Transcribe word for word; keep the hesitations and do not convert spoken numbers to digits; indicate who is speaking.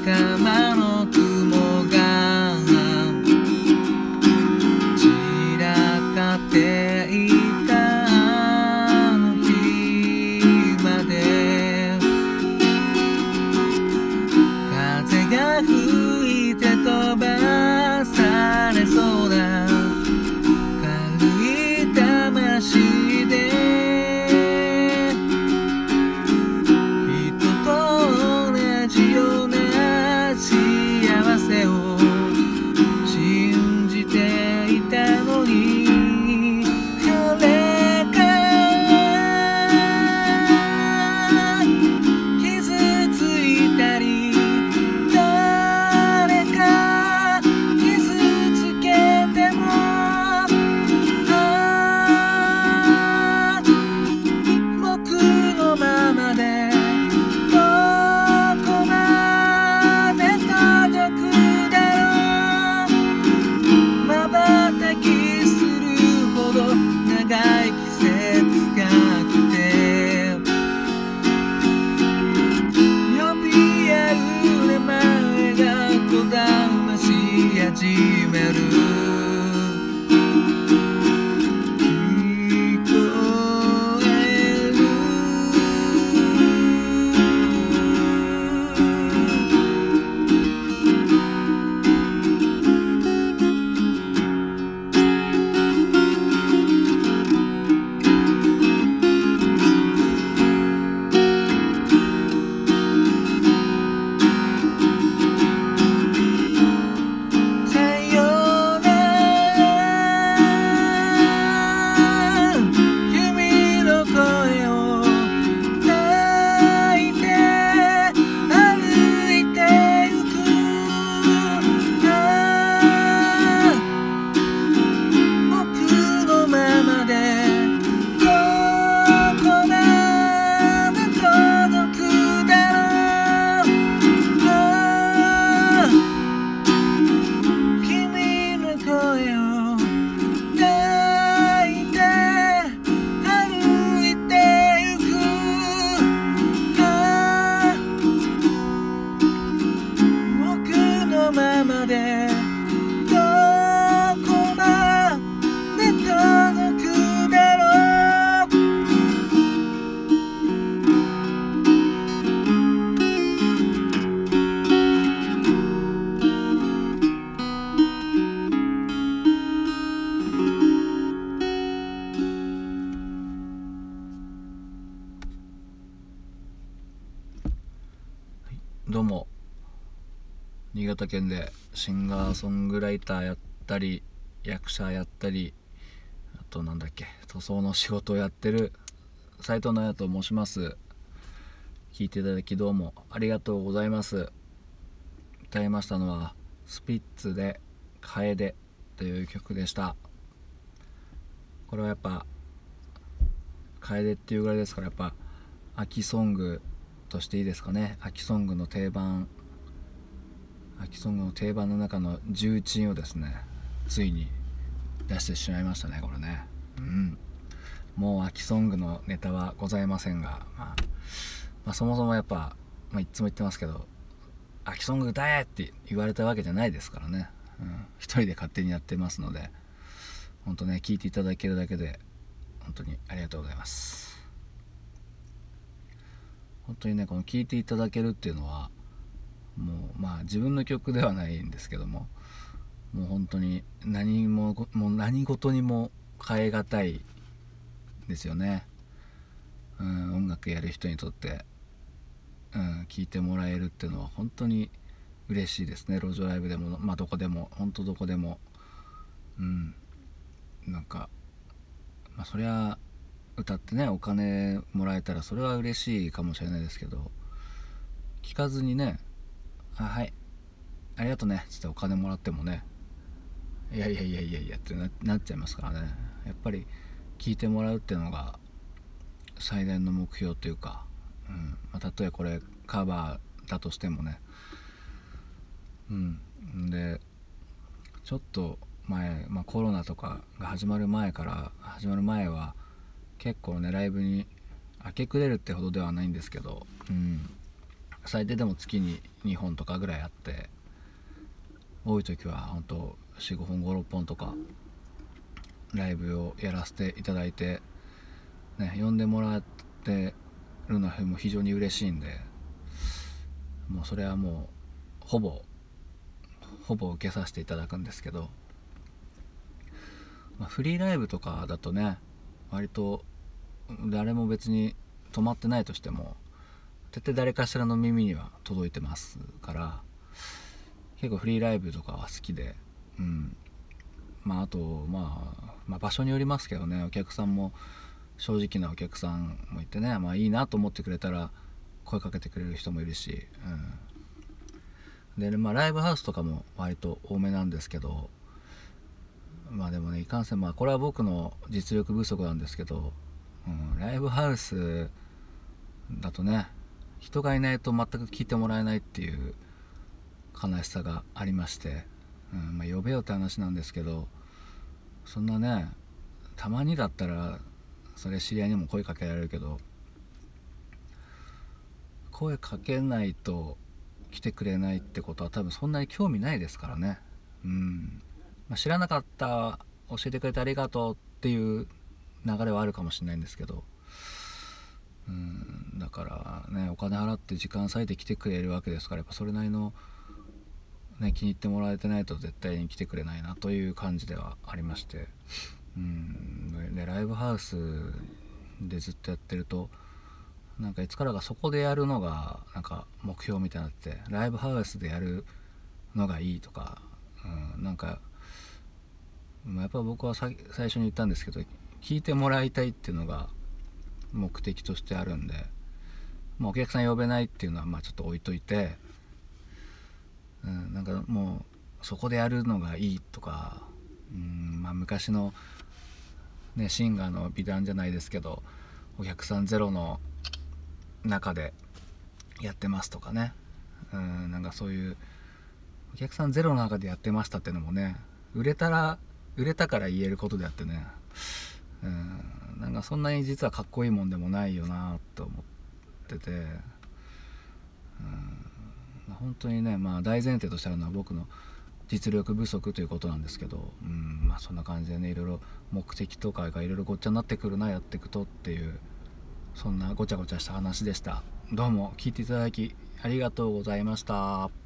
Speaker 1: 仲間の雲が散らかっていたあの日まで、風が吹いて飛ばされそうだ軽い魂で始める聞こえるどうも、新潟県でシンガーソングライターやったり役者やったり、あとなんだっけ塗装の仕事をやってる斉藤直也と申します。聞いていただきどうもありがとうございます。歌いましたのはスピッツで楓という曲でした。これはやっぱ楓っていうぐらいですから、やっぱ秋ソングとしていいですかね。秋ソングの定番秋ソングの定番の中の重鎮をですね、ついに出してしまいましたね、これね。うんもう秋ソングのネタはございませんが、まあ、まあそもそもやっぱ、まあ、いつも言ってますけど、秋ソング歌えって言われたわけじゃないですからね、うん、一人で勝手にやってますので、本当ね聞いていただけるだけで本当にありがとうございます。本当にね、この聴いていただけるっていうのはもうまあ自分の曲ではないんですけども、もう本当に何ももう何事にも変え難いですよね。うん、音楽やる人にとって、うん、聴いてもらえるっていうのは本当に嬉しいですね。路上ライブでも、まあどこでも、本当どこでも、うん、なんか、まあそりゃ歌ってねお金もらえたらそれは嬉しいかもしれないですけど、聞かずにね、あはいありがとねっつってお金もらってもね、いやいやいやいやいやって な, なっちゃいますからね。やっぱり聞いてもらうっていうのが最大の目標というか、うんまあ、たとえこれカバーだとしてもね、うんでちょっと前、まあ、コロナとかが始まる前から始まる前は結構ねライブに明け暮れるってほどではないんですけど、うん最低でも月ににほんとかぐらいあって、多い時は本当よん、ごほんご、ろっぽんとかライブをやらせていただいて、ね、呼んでもらってるのはもう非常に嬉しいんで、もうそれはもうほぼほぼ受けさせていただくんですけど、まあ、フリーライブとかだとね、割と誰も別に止まってないとしても絶対誰かしらの耳には届いてますから、結構フリーライブとかは好きで、うん、まああと、まあ、まあ場所によりますけどね、お客さんも正直なお客さんもいてね、まあいいなと思ってくれたら声かけてくれる人もいるし、うん、で、まあライブハウスとかも割と多めなんですけど、まあでもね、いかんせん、まあこれは僕の実力不足なんですけど、うん、ライブハウスだとね、人がいないと全く聞いてもらえないっていう悲しさがありまして、うんまあ、呼べよって話なんですけど、そんなね、たまにだったらそれ知り合いにも声かけられるけど、声かけないと来てくれないってことは多分そんなに興味ないですからね。うんまあ、知らなかった、教えてくれてありがとうっていう流れはあるかもしれないんですけど、うんだからね、お金払って時間割いて来てくれるわけですから、やっぱそれなりの、ね、気に入ってもらえてないと絶対に来てくれないなという感じではありまして、うんでライブハウスでずっとやってると、なんかいつからかそこでやるのがなんか目標みたいになって、ライブハウスでやるのがいいとか、うん、なんかやっぱ僕は最初に言ったんですけど、聞いてもらいたいっていうのが目的としてあるんで、まあ、お客さん呼べないっていうのはまあちょっと置いといて、うん、なんかもうそこでやるのがいいとか、うんまあ、昔の、ね、シンガーの美談じゃないですけど、お客さんゼロの中でやってますとかね、うんなんかそういうお客さんゼロの中でやってましたっていうのもね、売れたら売れたから言えることであってね、うんなんかそんなに実はかっこいいもんでもないよなと思ってて、うん本当にね、まあ大前提としてあるのは僕の実力不足ということなんですけど、うんまあそんな感じでね、いろいろ目的とかがいろいろごっちゃになってくるな、やっていくとっていう、そんなごちゃごちゃした話でした。どうも聞いていただきありがとうございました。